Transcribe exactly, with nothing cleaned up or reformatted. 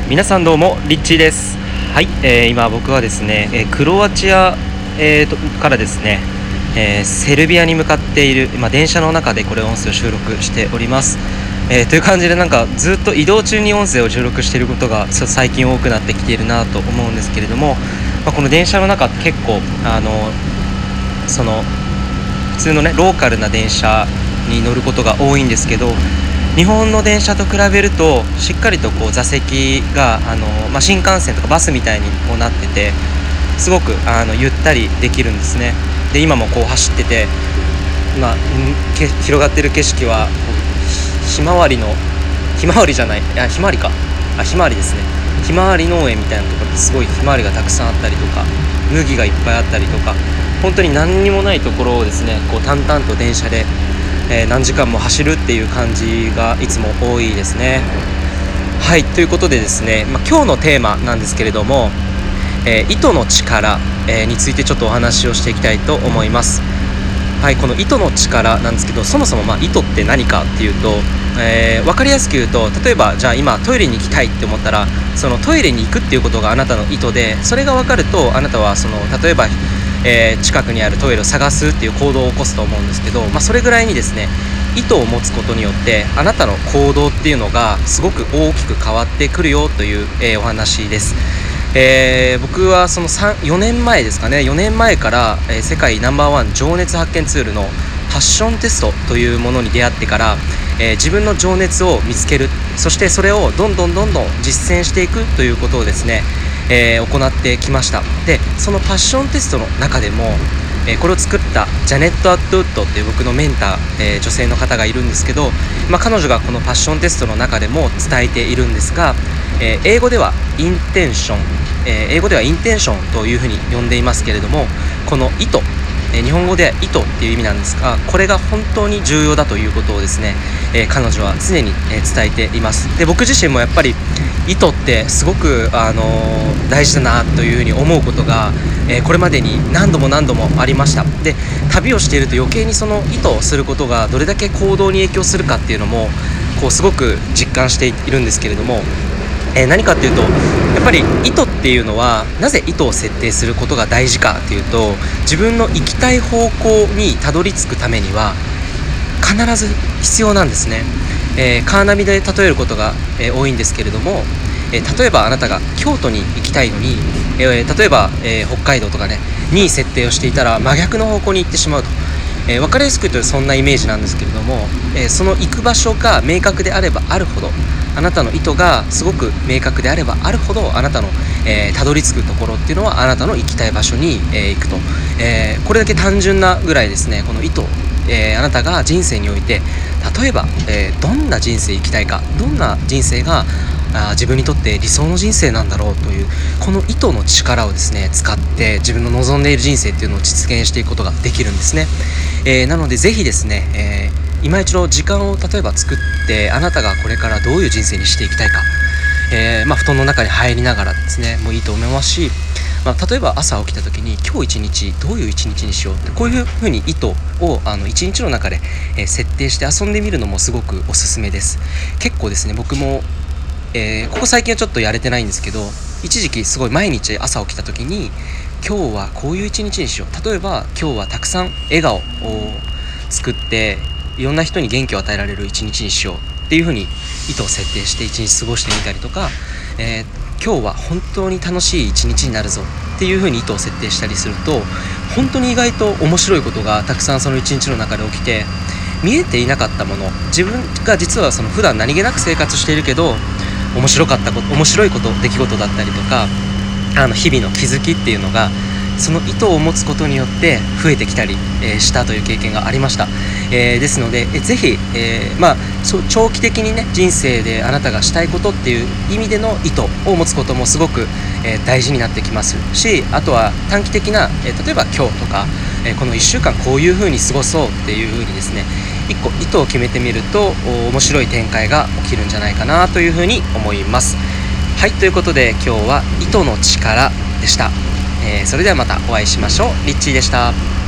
皆さんどうもリッチーです。はい、えー、今僕はですね、えークロアチア、えーとからですね、えーセルビアに向かっている今電車の中でこれ音声を収録しております。えーという感じでなんかずっと移動中に音声を収録していることがちょっと最近多くなってきているなと思うんですけれども、まあ、この電車の中って結構あのその普通のねローカルな電車に乗ることが多いんですけど、日本の電車と比べるとしっかりとこう座席があの、まあ、新幹線とかバスみたいにこうなってて、すごくあのゆったりできるんですね。で今もこう走ってて、今け広がってる景色はひまわりのひまわりじゃないあひまわりかあひまわりですね。ひまわり農園みたいなところですごいひまわりがたくさんあったりとか、麦がいっぱいあったりとか、本当に何にもないところをですねこう淡々と電車でえー、何時間も走るっていう感じがいつも多いですね。はい、ということでですね、まあ、今日のテーマなんですけれども、えー、糸の力、えー、についてちょっとお話をしていきたいと思います。はい、この糸の力なんですけど、そもそもまあ糸って何かっていうと、えー、分かりやすく言うと、例えばじゃあ今トイレに行きたいって思ったら、そのトイレに行くっていうことがあなたの意図で、それが分かるとあなたはその例えばえー、近くにあるトイレを探すっていう行動を起こすと思うんですけど、まあ、それぐらいにですね意図を持つことによってあなたの行動っていうのがすごく大きく変わってくるよという、えー、お話です。えー、僕はそのよねんまえですかねよねんまえから、えー、世界ナンバーワン情熱発見ツールのパッションテストというものに出会ってから、えー、自分の情熱を見つける、そしてそれをどんどんどんどん実践していくということをですねえー、行ってきました。でそのパッションテストの中でも、えー、これを作ったジャネット・アットウッドっていう僕のメンター、えー、女性の方がいるんですけど、まあ、彼女がこのパッションテストの中でも伝えているんですが、えー、英語ではインテンション、えー、英語ではインテンションというふうに呼んでいますけれども、この意図、えー、日本語では意図っていう意味なんですが、これが本当に重要だということをですね、えー、彼女は常に、えー、伝えています。で僕自身もやっぱり意図ってすごく、あのー、大事だなというふうに思うことが、えー、これまでに何度も何度もありました。で旅をしていると余計にその意図をすることがどれだけ行動に影響するかっていうのもこうすごく実感しているんですけれども、えー、何かっていうとやっぱり意図っていうのは、なぜ意図を設定することが大事かっていうと、自分の行きたい方向にたどり着くためには必ず必要なんですね。えー、カーナビで例えることが、えー、多いんですけれども、えー、例えばあなたが京都に行きたいのに、えー、例えば、えー、北海道とかねに設定をしていたら真逆の方向に行ってしまうと、えー、分かりやすく言うとそんなイメージなんですけれども、えー、その行く場所が明確であればあるほど、あなたの意図がすごく明確であればあるほど、あなたの、えー、たどり着くところっていうのはあなたの行きたい場所に、えー、行くと、えー、これだけ単純なぐらいですね、この意図、えー、あなたが人生において例えば、えー、どんな人生生きたいか、どんな人生があ自分にとって理想の人生なんだろうというこの意図の力をですね使って自分の望んでいる人生っていうのを実現していくことができるんですね。えー、なのでぜひですね、えー、今一度時間を例えば作って、あなたがこれからどういう人生にしていきたいか、えーまあ、布団の中に入りながらですねもういいと思いますし、まあ、例えば朝起きた時に今日一日どういう一日にしようって、こういうふうに意図をあの一日の中で、えー、設定して遊んでみるのもすごくおすすめです。結構ですね僕も、えー、ここ最近はちょっとやれてないんですけど、一時期すごい毎日朝起きた時に今日はこういう一日にしよう、例えば今日はたくさん笑顔を作っていろんな人に元気を与えられる一日にしようっていうふうに意図を設定して一日過ごしてみたりとか、えー、今日は本当に楽しい一日になるぞっていうふうに意図を設定したりすると、本当に意外と面白いことがたくさんその一日の中で起きて、見えていなかったもの、自分が実はその普段何気なく生活しているけど面白かったこと、面白いこと、出来事だったりとか、あの日々の気づきっていうのがその意図を持つことによって増えてきたり、えー、したという経験がありました。えー、ですので、えー、ぜひ、えーまあ、長期的にね人生であなたがしたいことっていう意味での意図を持つこともすごく、えー、大事になってきますし、あとは短期的な、えー、例えば今日とか、えー、このいっしゅうかんこういう風に過ごそうっていう風にですね一個意図を決めてみると面白い展開が起きるんじゃないかなという風に思います。はい、ということで今日は意図の力でした。えー、それではまたお会いしましょう。リッチーでした。